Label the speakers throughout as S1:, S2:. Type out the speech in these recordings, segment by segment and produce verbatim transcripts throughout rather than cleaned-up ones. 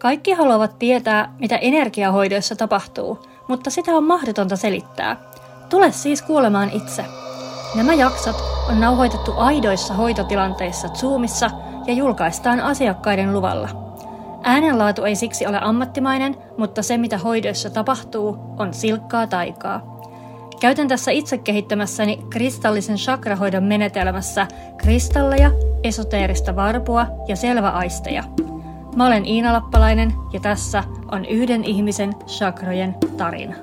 S1: Kaikki haluavat tietää, mitä energiahoidoissa tapahtuu, mutta sitä on mahdotonta selittää. Tule siis kuulemaan itse. Nämä jaksot on nauhoitettu aidoissa hoitotilanteissa Zoomissa ja julkaistaan asiakkaiden luvalla. Äänenlaatu ei siksi ole ammattimainen, mutta se mitä hoidoissa tapahtuu on silkkaa taikaa. Käytän tässä itse kehittämässäni kristallisen chakrahoidon menetelmässä kristalleja, esoteerista varpua ja selväaisteja. Mä olen Iina Lappalainen ja tässä on yhden ihmisen chakrojen tarina.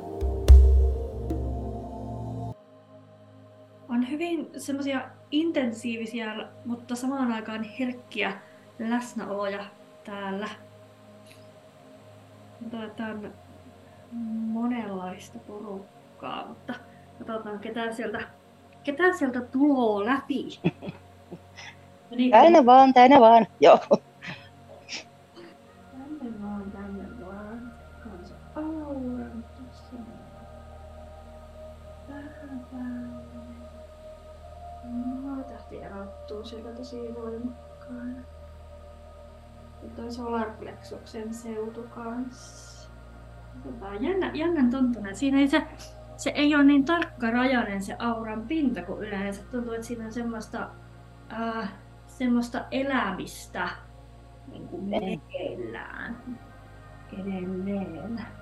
S1: On hyvin semmoisia intensiivisiä, mutta samaan aikaan herkkiä läsnäoloja täällä. Tämä on monenlaista porukkaa, mutta katsotaan ketään sieltä, ketään sieltä tuo läpi. Niin,
S2: tänne vaan, tänne vaan, joo.
S1: Tänne vaan, tänne vaan. Kansa auran tuossa. Vähän vähän. Maatahti erottuu sieltä tosi voimakkaana. Ja toi solarplexuksen seutu kanssa. Jännä, jännän tuntunen. Siinä ei se, se ei ole niin tarkkarajainen se auran pinta kuin yleensä. Tuntuu, että siinä on semmoista, äh, semmoista elämistä niin kuin meneillään edelleen.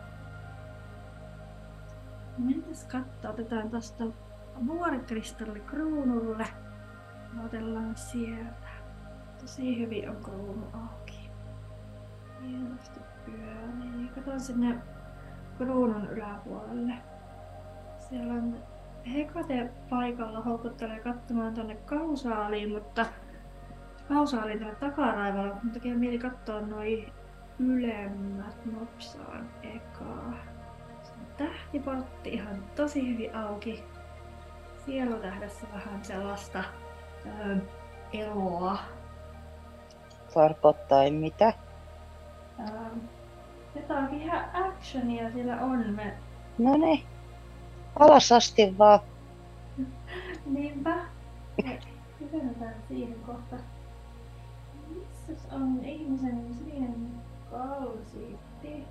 S1: Mennäs katsoa, otetaan tästä vuorikristallikruunulle. Otellaan sieltä. Tosi hyvin on kruunu auki. Hienosti pyörii. Katson sinne kruunun yläpuolelle. Siellä on Hekate paikalla, houkuttelee katsomaan tonne kausaaliin, mutta kausaaliin tällä takaraivolla, mutta tekee mieli katsoa noi ylemmät nopsaan ekaa. Se on tähtiportti ihan tosi hyvin auki. Sielutähdessä vähän sellaista ö, eloa.
S2: Tarkoittaa mitä?
S1: Ö, jotakin ihan actionia siellä on. Me...
S2: No niin. Alas asti vaan.
S1: Niinpä. Kysytään siihen kohta. Missäs on ihmisen sininen kalsiitti?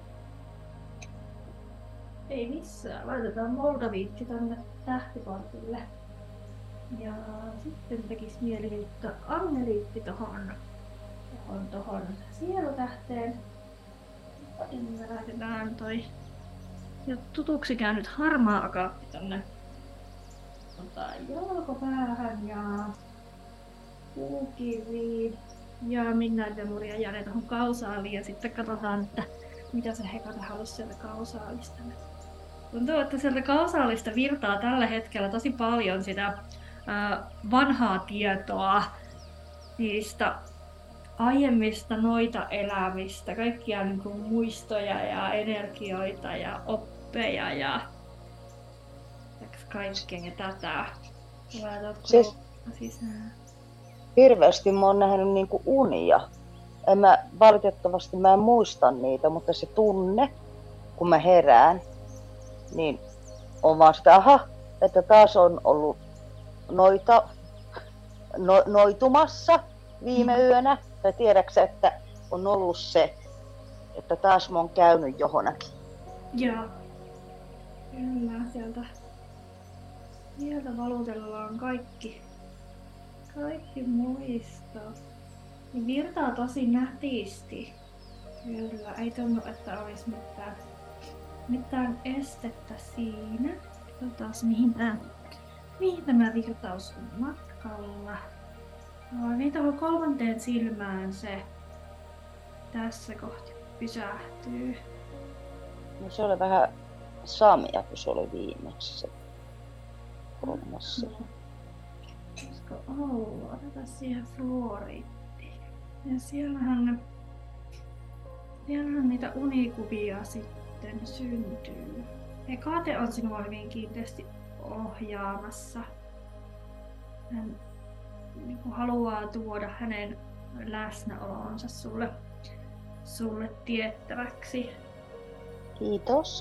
S1: Ei missään. Laitetaan moldaviitti tänne tähtiportille. Ja sitten tekis mieli liittää angeliitti tohon, tohon, tohon sielutähteen. Ja me laitetaan toi ja tutuksi käynyt harmaa akaappi tonne jalkopäähän ja puukiviin ja midnight-lemuria jäädään tuohon kausaaliin ja sitten katsotaan, että mitä se Hekate halusi sieltä kausaalista. Tuntuu, että sieltä kausaalista virtaa tällä hetkellä tosi paljon sitä ää, vanhaa tietoa niistä aiemmista noita elämistä, kaikkia niin kuin muistoja ja energioita ja oppeja ja kaikkea tätä.
S2: Siis
S1: sisään?
S2: Hirveästi mä oon nähnyt niinku unia. En mä, valitettavasti mä en muista niitä, mutta se tunne, kun mä herään, niin on vaan sitä, aha, että taas on ollut noita no, noitumassa viime yönä. Tai tiedäksä, että on ollut se, että taas mä oon käynyt johonakin.
S1: Joo. Kyllä, sieltä, sieltä valutellaan kaikki, kaikki muistot. Niin virtaa tosi nätisti. Kyllä, ei tunnu, että olisi mitään, mitään estettä siinä. Katsotaan, mihin tämä, mihin tämä virtaus on matkalla. No, niin tuohon kolmanteen silmään se tässä kohti pysähtyy.
S2: No se oli vähän samia, kun se oli viimeksi se kolmas.
S1: Olisiko ollut? Otetaan siihen fluoriitti. Ja siellähän, siellähän niitä unikuvia sitten syntyy. Hekate on sinua hyvin kiinteästi ohjaamassa. Hän niin kuin haluaa tuoda hänen läsnäolonsa sulle, sulle tiettäväksi.
S2: Kiitos.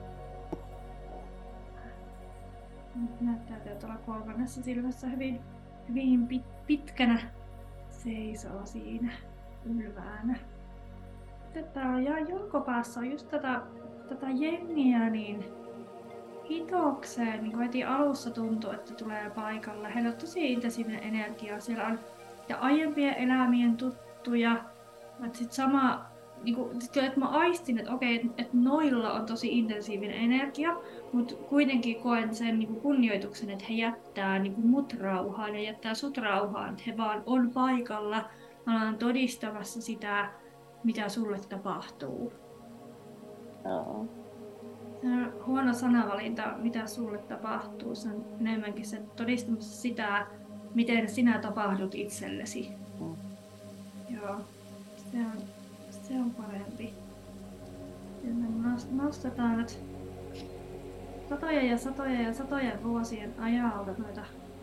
S1: Nyt näyttää tuolla kolmannessa silmässä hyvin, hyvin pit, pitkänä seisoo siinä ylväänä. sitten täällä ja jalkopäässä on just tätä, tätä jengiä niin hitokseen. Niin heti alussa tuntuu, että tulee paikalle. Heillä on tosi intensiivinen energia. Siellä on ja aiempien elämien tuttuja. Mutta sitten sama, niinku, sit, että mä aistin, että okei, että et noilla on tosi intensiivinen energia, mutta kuitenkin koen sen niinku kunnioituksen, että he jättää niinku mut rauhaan ja jättää sut rauhaan, että he vaan on paikalla. Mä olen todistamassa sitä, mitä sulle tapahtuu.
S2: Joo.
S1: Se on huono sanavalinta, mitä sulle tapahtuu. Se on enemmänkin sen todistamassa sitä, miten sinä tapahdut itsellesi.
S2: Mm.
S1: Joo, se on, se on parempi. Ja me nostetaan nyt satojen ja satojen ja satojen vuosien ajalta noita,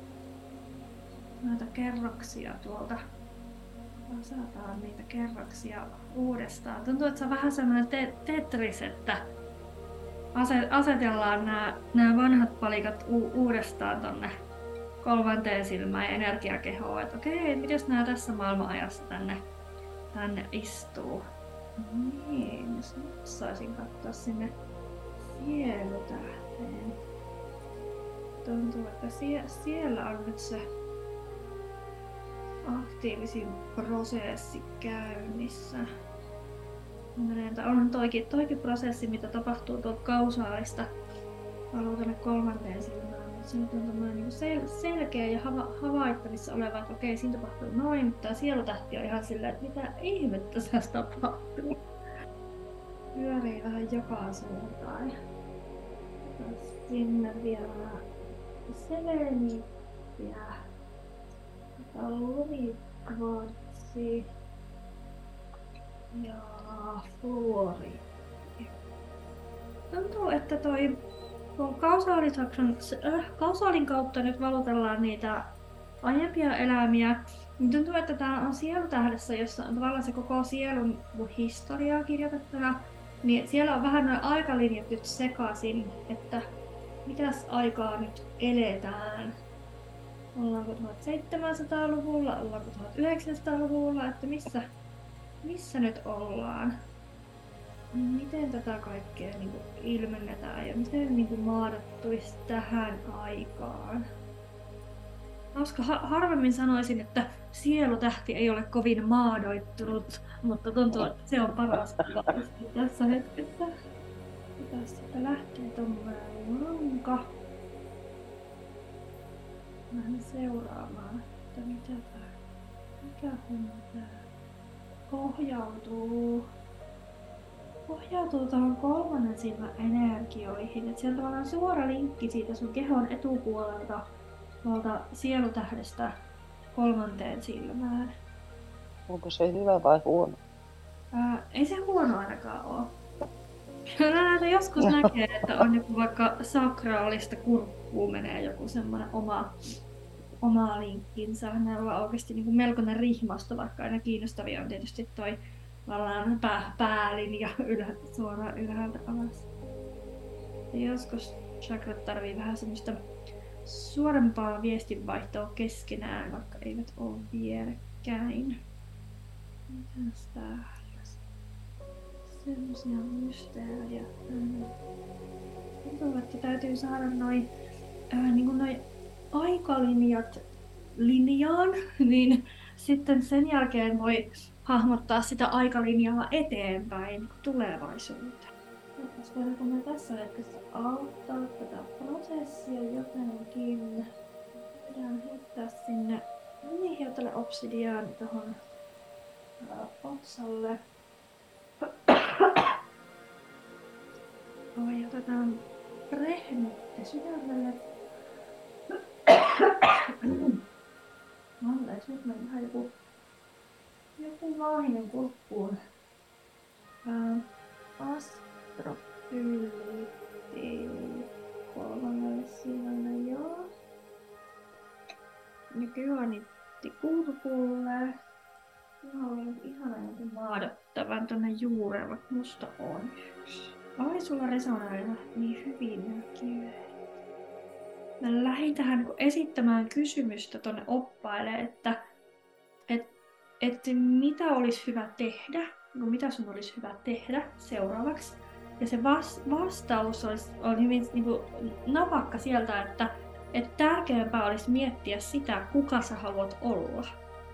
S1: noita kerroksia tuolta. Osataan niitä kerroksia uudestaan. Tuntuu, että se on vähän sellainen te- Tetris, että asetellaan nämä, nämä vanhat palikat u- uudestaan tonne kolmanteen silmään ja energiakehoon. Että okei, mitäs nämä tässä maailmanajassa tänne, tänne istuu? Niin, jos nyt saisin katsoa sinne sielutähteen. Tuntuu, että sie- siellä on nyt se aktiivisin prosessi käynnissä. Onhan toikin, toikin prosessi, mitä tapahtuu tuolta kausaalista valuu tänne kolmanteen silmään, mutta se nyt on tämmöinen niin sel- selkeä ja hava- havaittavissa oleva, että okei, siinä tapahtuu noin, mutta tämä sielutähti on ihan silleen, että mitä ihmettä tässä tapahtuu. Pyörii vähän joka suuntaan. Sinne vielä seleniittiä. Lumikvartsi ja fluori. Tuntuu, että toi kun kausaalin, äh, kausaalin kautta nyt valutellaan niitä aiempia elämiä, niin tuntuu, että tää on sielutähdessä, jossa on tavallaan se koko sielun historiaa kirjoitettuna, niin siellä on vähän noin aikalinjat nyt sekaisin, että mitäs aikaa nyt eletään. Ollaanko tuhatseitsemänsataaluvulla, ollaanko tuhatyhdeksänsataaluvulla, että missä, missä nyt ollaan? Miten tätä kaikkea niin kuin ilmennetään ja miten niin kuin maadattuisi tähän aikaan? Koska ha- harvemmin sanoisin, että sielutähti ei ole kovin maadoittunut, mutta tuntuu, että se on paras tässä hetkessä. Tästä lähtee tommoinen lanka. Vähän seuraamaan, että mitä tää, mikä homma tää pohjautuu. Pohjautuu tuohon kolmannen silmän energioihin. Et siellä on tavallaan suora linkki siitä sun kehon etupuolelta tuolta sielutähdestä kolmanteen silmään.
S2: Onko se hyvä vai huono?
S1: Ää, ei se huono ainakaan ole. Näitä joskus näkee, että on joku vaikka sakraalista kurkkuun menee joku semmoinen oma, oma linkkinsä. Ne on oikeasti niin kuin melkoinen rihmasto, vaikka aina kiinnostavia on tietysti toi vallaan pää, päälinja ylhä, suoraan ylhäältä alas. Ja joskus chakrat tarvii vähän semmoista suorempaa viestinvaihtoa keskenään, vaikka eivät ole vierekkäin. Mitäs täällä? Semmosia mysteeriä. Tuntuu, että täytyy saada noin niin noi aikalinjat linjaan, niin sitten sen jälkeen voi hahmottaa sitä aikalinjaa eteenpäin tulevaisuuteen. Voidaanko me tässä hetkessä auttaa tätä prosessia jotenkin? Voidaan heittää sinne nihiotelle obsidiaan tuohon otsalle. Oi, otetaan rehmette sydämelle. Anteeksi, nyt meni ihan joku, joku maahinen kurkkuun. Astropylitti kolmannelle sijalle, joo. Ja kyanitti kurkulle. Mä olen ihana jotenkin maadottavan tonne juureen, vaikka musta on yksi. Ai sulla resonoilla niin hyvin nämä kivet. Mä lähdin tähän esittämään kysymystä tonne oppaille, että et, et mitä olisi hyvä tehdä, no mitä sun olisi hyvä tehdä seuraavaksi. Ja se vas- vastaus olisi, on hyvin niin kuin, napakka sieltä, että, että tärkeämpää olisi miettiä sitä, kuka sä haluat olla.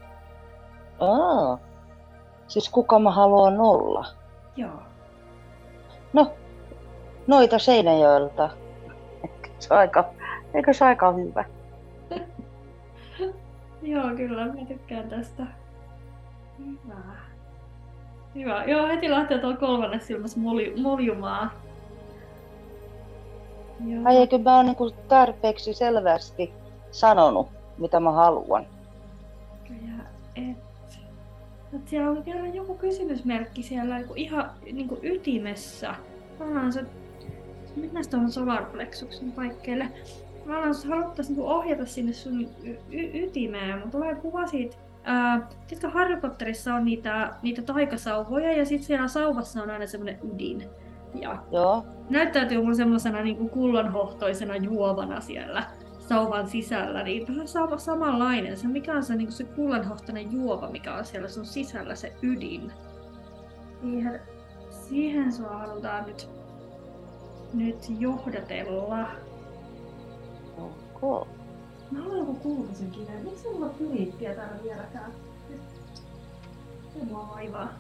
S2: Aa, siis kuka mä haluan olla?
S1: Joo.
S2: No, noita Seinäjoelta. Eikö se aika, eikö se aika hyvä?
S1: Joo, kyllä, mä tykkään tästä. Hyvä. Hyvä. Joo, heti lähtee tuolla kolmannessa silmässä moli- moljumaan. Joo.
S2: Ai eikö mä oon niinku tarpeeksi selvästi sanonut, mitä mä haluan?
S1: Ja et. Et siellä on vielä joku kysymysmerkki siellä niinku ihan niinku ytimessä. Mä se, mennään tuohon solarplexuksen paikkeelle. Mä haluttaisiin niinku ohjata sinne sun y- y- ytimeen. Mun tulee kuva siitä. Ää, tiedätkö, Harry Potterissa on niitä, niitä taikasauvoja ja sit siellä sauvassa on aina semmonen ydin. Ja
S2: Joo.
S1: näyttäytyy mun semmosena niinku kullanhohtoisena juovana siellä sauvan sisällä, niin vähän sama, samanlainen. Se mikä on se, niinku se kullanhohtoinen juova, mikä on siellä sun sisällä, se ydin. Siihen, siihen sua halutaan nyt, nyt johdatella.
S2: Okay.
S1: Mä haluan joku kultaisen kiven. Miksi mulla on pyliittiä täällä vieläkään? Se mua vaivaa.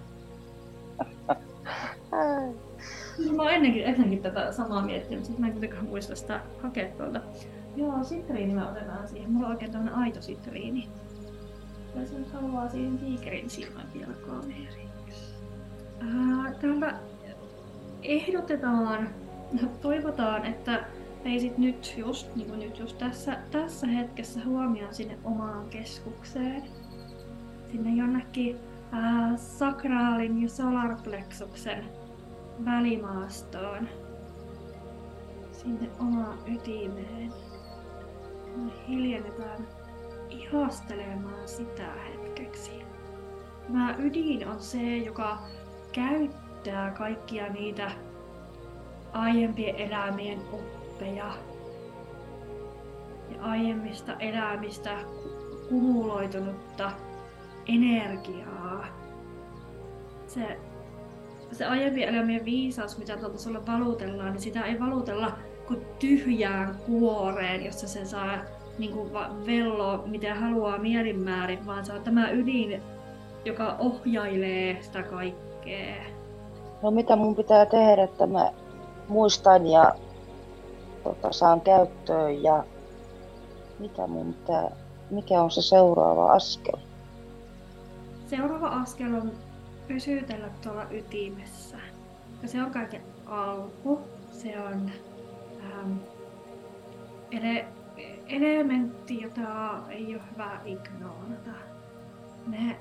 S1: Mä oon ennenkin, ennenkin tätä samaa miettinyt, mutta mä en kuitenkaan muista sitä hakea tuolta. Joo, sitriini me otetaan siihen. Mulla on oikein tämmönen aito sitriini. Ja se nyt haluaa siihen tiikerin silmän vielä kaveriksi. Täältä ehdotetaan, toivotaan, että veisit nyt just, niin kuin nyt just tässä, tässä hetkessä huomioon sinne omaan keskukseen. Sinne jonnekin ää, sakraalin ja solarplexuksen välimaastoon. Sinne omaan ytimeen. Me hiljennetään ihastelemaan sitä hetkeksi. Tämä ydin on se, joka käyttää kaikkia niitä aiempien elämien oppeja ja aiemmista elämistä kumuloitunutta energiaa. Se, se aiempien elämien viisaus, mitä tuolta sulle valutellaan, niin sitä ei valutella kuin tyhjään kuoreen, jossa se saa niin kuin velloa miten haluaa mielinmäärin, vaan se on tämä ydin, joka ohjailee sitä kaikkea.
S2: No mitä mun pitää tehdä, että mä muistan ja tota, saan käyttöön ja mitä mun pitää, mikä on se seuraava askel?
S1: Seuraava askel on pysytellä tuolla ytimessä. Ja se on kaiken alku. Se on ähm, ele- elementti, jota ei ole hyvä ignorata. Ne,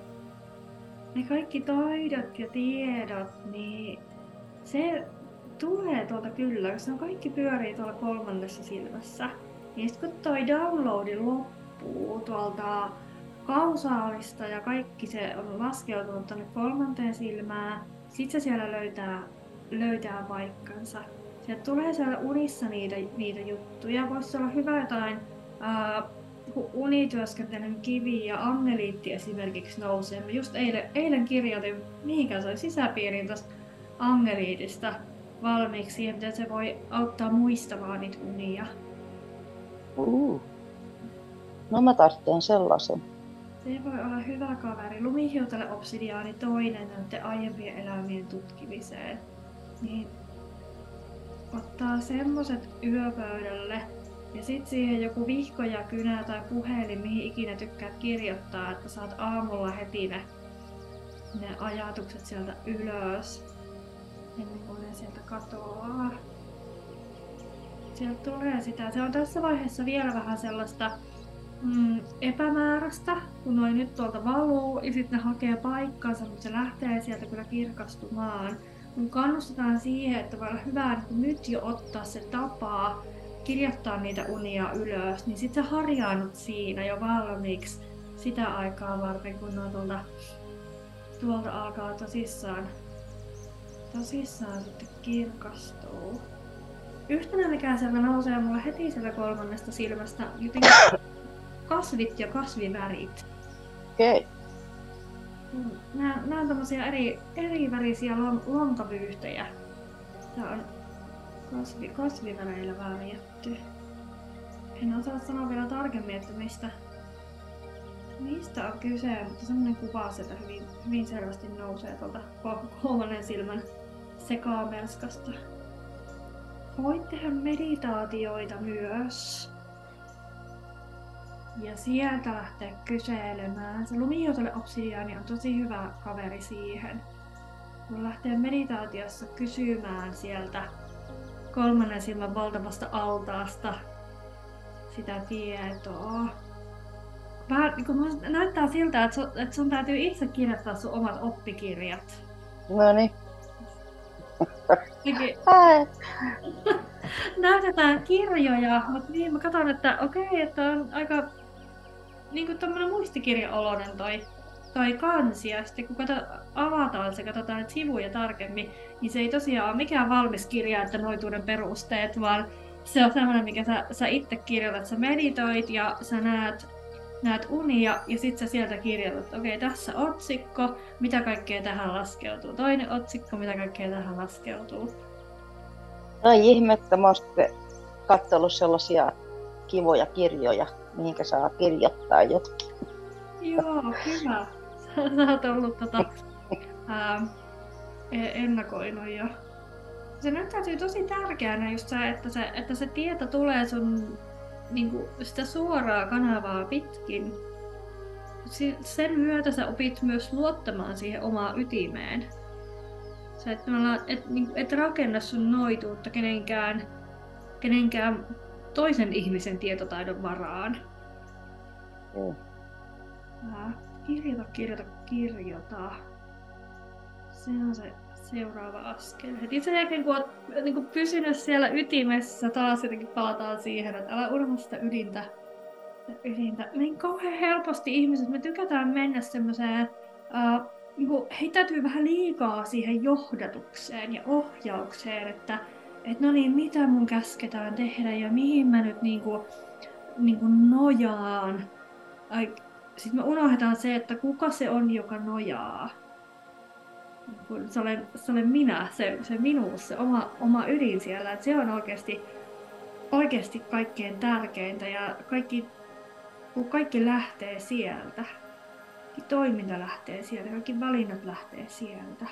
S1: ne kaikki taidot ja tiedot, niin se tulee tuolta kyllä, koska ne kaikki pyörii tuolla kolmannessa silmässä. Ja sitten kun toi downloadi loppuu tuolta kausaalista ja kaikki se on laskeutunut tuonne kolmanteen silmään, sit se siellä löytää, löytää paikkansa. Sieltä tulee siellä unissa niitä, niitä juttuja. Voisi olla hyvä jotain ää, unityöskentelyn kivi ja angeliitti esimerkiksi nousee. Mä just eilen, eilen kirjoitin, mihinkään se oli sisäpiiriin tästä angeliitista valmiiksi ja miten se voi auttaa muistamaan niitä unia.
S2: Uh. No mä tarvitsen sellaisen.
S1: Se voi olla hyvä kaveri. Lumihiutale obsidiaani toinen näiden aiempien elämien tutkimiseen. Niin ottaa semmoset yöpöydälle ja sit siihen joku vihko ja kynä tai puhelin, mihin ikinä tykkäät kirjoittaa, että saat aamulla heti ne, ne ajatukset sieltä ylös ennen kuin ne sieltä katoaa. Sieltä tulee sitä. Se on tässä vaiheessa vielä vähän sellaista mm, epämääräistä, kun noin nyt tuolta valuu ja sitten ne hakee paikkaansa, mutta se lähtee sieltä kyllä kirkastumaan. Mun kannustetaan siihen, että voi olla hyvä että nyt jo ottaa se tapaa kirjoittaa niitä unia ylös, niin sit sä harjaannut siinä jo valmiiksi sitä aikaa varten, kun ne tuolta, tuolta alkaa tosissaan, tosissaan sitten kirkastuu. Yhtenä mikä sieltä nousee mulla heti sieltä kolmannesta silmästä, jotenkin kasvit ja kasvivärit.
S2: Okei. Okay.
S1: Nämä, nämä on tämmöisiä eri, eri värisiä lontavyyhtejä. Tämä on kasvi, kasviväreillä värjätty. En osaa sanoa vielä tarkemmin, että mistä, mistä on kyse, mutta semmoinen kuva sieltä hyvin, hyvin selvästi nousee tuolta kolmannen silmän sekaamelskasta. Voit tehdä meditaatioita myös. Ja sieltä lähtee kyselemään. Se lumihiutale obsidiaani on tosi hyvä kaveri siihen. Kun lähtee meditaatiossa kysymään sieltä kolmannen silmän valtavasta altaasta sitä tietoa. Vähän niin kuin näyttää siltä, että sun, että sun täytyy itse kirjoittaa sun omat oppikirjat.
S2: No niin.
S1: Näytetään kirjoja, mutta niin mä katson, että okei, okay, että on aika niin kuin tommonen muistikirja-oloinen toi, toi kansi. Ja sitten kun kato, avataan se, katsotaan sivuja tarkemmin, niin se ei tosiaan ole mikään valmis kirja, että noituuden perusteet, vaan se on sellainen, mikä sä, sä itse kirjoitat. Sä meditoit ja sä näet, näet unia ja sit sä sieltä kirjoitat, että okei, okay, tässä otsikko, mitä kaikkea tähän laskeutuu. Toinen otsikko, mitä kaikkea tähän laskeutuu.
S2: No ihmettä, mä oon sitten katsellut sellaisia kivoja kirjoja, mihinkä saa kirjoittaa jotakin.
S1: Joo, hyvä. Sä, sä oot ollut tota, ää, ennakoinut jo. Se näyttäytyy tosi tärkeänä just se, että se, että se tieto tulee sun niinku, sitä suoraa kanavaa pitkin. Sen myötä sä opit myös luottamaan siihen omaan ytimeen. Sä et, et, et rakenna sun noituutta kenenkään, kenenkään toisen ihmisen tietotaidon varaan.
S2: Mm.
S1: Kirjoita, kirjoita, kirjoita. Se on se seuraava askel. Heti sen jälkeen, kun oot niin kun pysynyt siellä ytimessä, taas jotenkin palataan siihen, että älä unohda sitä ydintä. ydintä. Niin kauhean helposti ihmiset, me tykätään mennä semmoiseen, uh, niin heittäytyy vähän liikaa siihen johdatukseen ja ohjaukseen, että et no niin, mitä mun käsketään tehdä ja mihin mä nyt niinku, niinku nojaan. Sitten me unohdetaan se, että kuka se on, joka nojaa. Se olen, se olen minä, se, se minuus, se oma, oma ydin siellä. Et se on oikeasti, oikeasti kaikkein tärkeintä ja kaikki, kun kaikki lähtee sieltä. Kaikki toiminta lähtee sieltä, kaikki valinnat lähtee sieltä.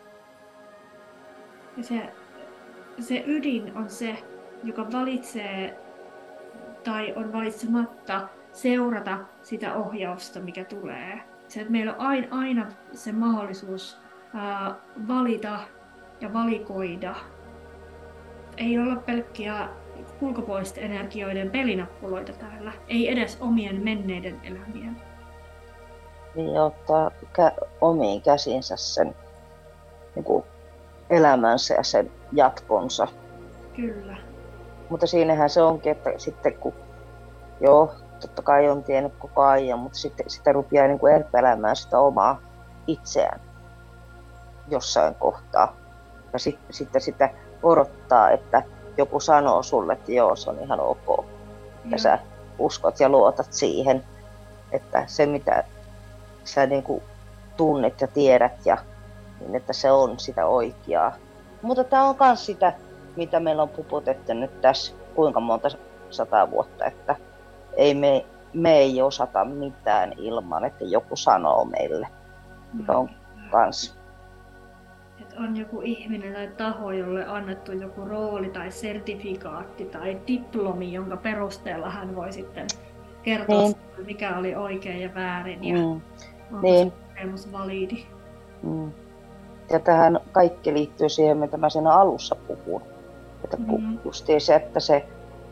S1: Ja se, se ydin on se, joka valitsee tai on valitsematta seurata sitä ohjausta, mikä tulee. Se, että meillä on aina, aina se mahdollisuus ää, valita ja valikoida. Ei olla pelkkiä ulkopuolisten energioiden pelinappuloita täällä. Ei edes omien menneiden elämien.
S2: Niin ottaa kä- omiin käsinsä sen niin kuin elämänsä ja sen jatkonsa.
S1: Kyllä.
S2: Mutta siinähän se onkin, että sitten kun joo, totta kai on tiennyt koko ajan, mutta sitten sitä rupeaa niin kuin erpelemään sitä omaa itseään jossain kohtaa. Ja sit, sitten sitä odottaa, että joku sanoo sulle, että joo, se on ihan ok. Ja joo, sä uskot ja luotat siihen, että se mitä sä niin kuin tunnet ja tiedät, ja, niin että se on sitä oikeaa. Mutta tämä on myös sitä, mitä meillä on puputettu nyt tässä kuinka monta sataa vuotta, että ei me, me ei osata mitään ilman, että joku sanoo meille. Mikä on kans.
S1: Et on joku ihminen tai taho, jolle annettu joku rooli tai sertifikaatti tai diplomi, jonka perusteella hän voi sitten kertoa, niin, mikä oli oikein ja väärin ja mm. onko niin, se kokemus validi.
S2: Mm. Ja tähän kaikki liittyy siihen, mitä mä siinä alussa puhun. Että mm. justiin se, että se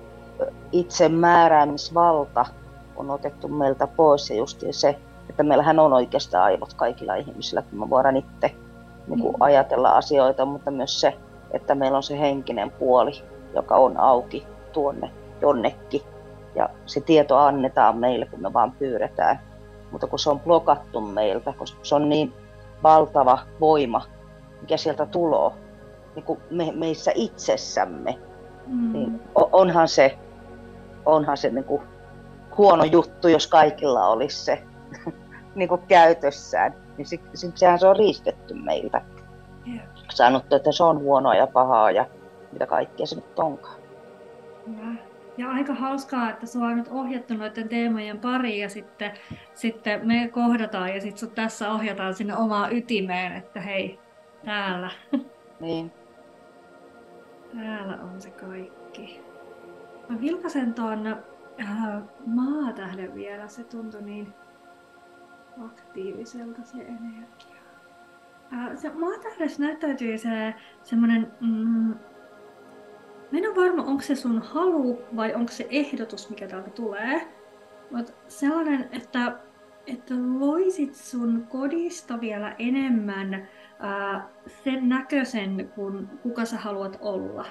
S2: itsemääräämisvalta on otettu meiltä pois ja justiin se, että meillähän on oikeastaan aivot kaikilla ihmisillä, kun me voidaan itse niin kuin ajatella asioita, mutta myös se, että meillä on se henkinen puoli, joka on auki tuonne jonnekin. Ja se tieto annetaan meille, kun me vaan pyydetään. Mutta kun se on blokattu meiltä, koska se on niin valtava voima, mikä sieltä tulee niin kuin me, meissä itsessämme, mm. niin onhan se, onhan se niin kuin huono juttu, jos kaikilla olisi se niin kuin käytössään. niin sitten sehän se on riistetty meiltä.
S1: Yeah.
S2: Sanottu, että se on huonoa ja pahaa ja mitä kaikkea se nyt onkaan.
S1: Ja, ja aika hauskaa, että sua on nyt ohjattu noiden teemojen pariin ja sitten, sitten me kohdataan ja sitten sut tässä ohjataan sinne omaan ytimeen, että hei, täällä.
S2: Niin.
S1: Täällä on se kaikki. Mä vilkasen tuon äh, maatähden vielä, se tuntui niin aktiiviselta se energia. Äh, se maatähdessä näyttäytyy se semmonen, mm, mä en ole varma, onko se sun halu vai onko se ehdotus, mikä täältä tulee. Mutta sellainen, että, että loisit sun kodista vielä enemmän ää, sen näköisen, kuin kuka sä haluat olla.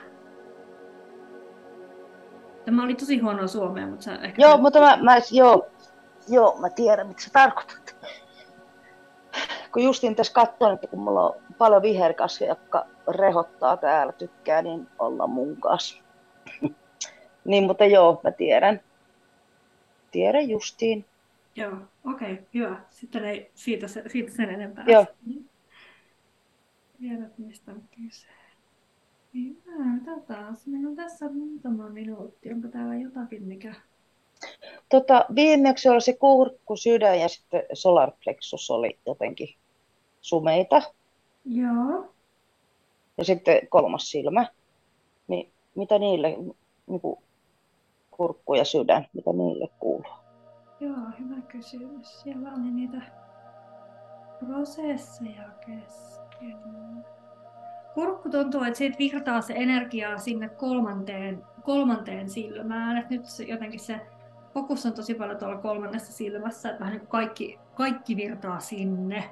S1: Tämä oli tosi huonoa suomea, mutta sä ehkä...
S2: Joo, mutta mä, mä, joo, joo, mä tiedän, mitä sä tarkoitat. Kun justiin tässä katsoin, että kun mulla on paljon viherkasveja, jotka rehottaa täällä, tykkää niin olla mun kanssa. Niin, mutta joo, mä tiedän. Tiedän justiin.
S1: Joo, okei, okay, hyvä. Sitten ei siitä, siitä sen enempää.
S2: Joo.
S1: Tiedät, mistä on kyse. Hyvä, taas. Meillä on tässä muutama minuutti. Onko täällä jotakin, mikä...
S2: Tota, viimeksi oli se kurkku, sydän ja sitten solar plexus oli jotenkin sumeita.
S1: Joo.
S2: Ja sitten kolmas silmä. Niin mitä niille, niin kuin kurkku ja sydän, mitä niille kuuluu?
S1: Joo, hyvä kysymys. Siellä on niitä prosesseja kesken. Kurkku tuntuu, että siitä virtaa se energiaa sinne kolmanteen, kolmanteen silmään. Et nyt se, jotenkin se fokus on tosi paljon tuolla kolmannessa silmässä, että vähän niin kuin kaikki, kaikki virtaa sinne.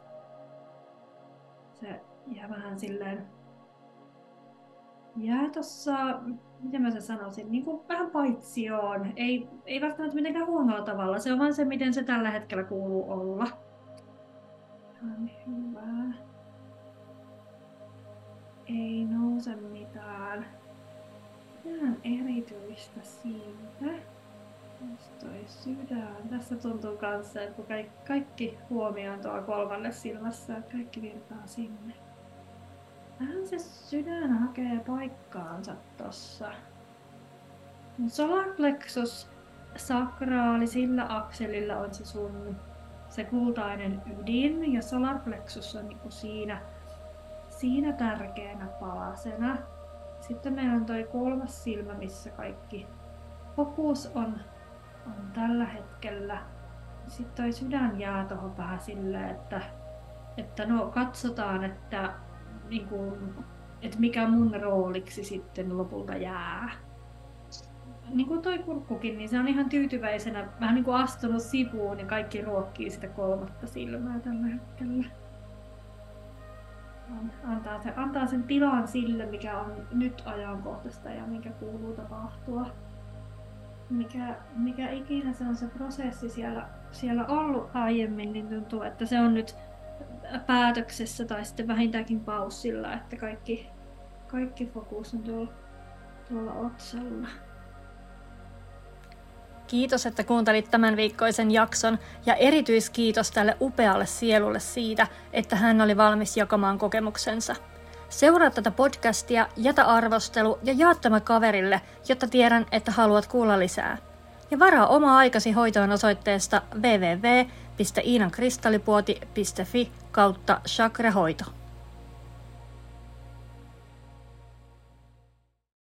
S1: Se jää vähän silleen, jää tossa, miten mä sen sanoisin, niin kuin vähän paitsioon. Ei, ei välttämättä mitenkään huonolla tavalla, se on vain se, miten se tällä hetkellä kuuluu olla. Ihan hyvä. Ei nouse mitään. Mitään erityistä siitä. Toi sydän. Tässä tuntuu kanssa, että kaikki, kaikki huomio on tuolla kolmannessa silmässä, että kaikki virtaa sinne. Vähän se sydän hakee paikkaansa tossa. Solar plexus sakraali, sillä akselilla on se sun se kultainen ydin ja solar plexus on niinku siinä, siinä tärkeänä palasena. Sitten meillä on toi kolmas silmä, missä kaikki fokus on, on tällä hetkellä. Sitten toi sydän jää tuohon vähän silleen, että, että no katsotaan, että, niin kuin, että mikä mun rooliksi sitten lopulta jää. Niin kuin toi kurkkukin, niin se on ihan tyytyväisenä vähän niin kuin astunut sivuun ja kaikki ruokkii sitä kolmatta silmää tällä hetkellä. Antaa, se, antaa sen tilan sille, mikä on nyt ajankohtaista ja mikä kuuluu tapahtua. Mikä, mikä ikinä se on se prosessi siellä, siellä ollut aiemmin, niin tuntuu, että se on nyt päätöksessä tai sitten vähintäänkin paussilla, että kaikki, kaikki fokus on tuolla, tuolla otsalla.
S3: Kiitos, että kuuntelit tämän viikkoisen jakson ja erityiskiitos tälle upealle sielulle siitä, että hän oli valmis jakamaan kokemuksensa. Seuraa tätä podcastia, jätä arvostelu ja jaa tämä kaverille, jotta tiedän, että haluat kuulla lisää. Ja varaa oma aikasi hoitoon osoitteesta double-u double-u double-u piste iinankristallipuoti piste fi kautta chakrahoito.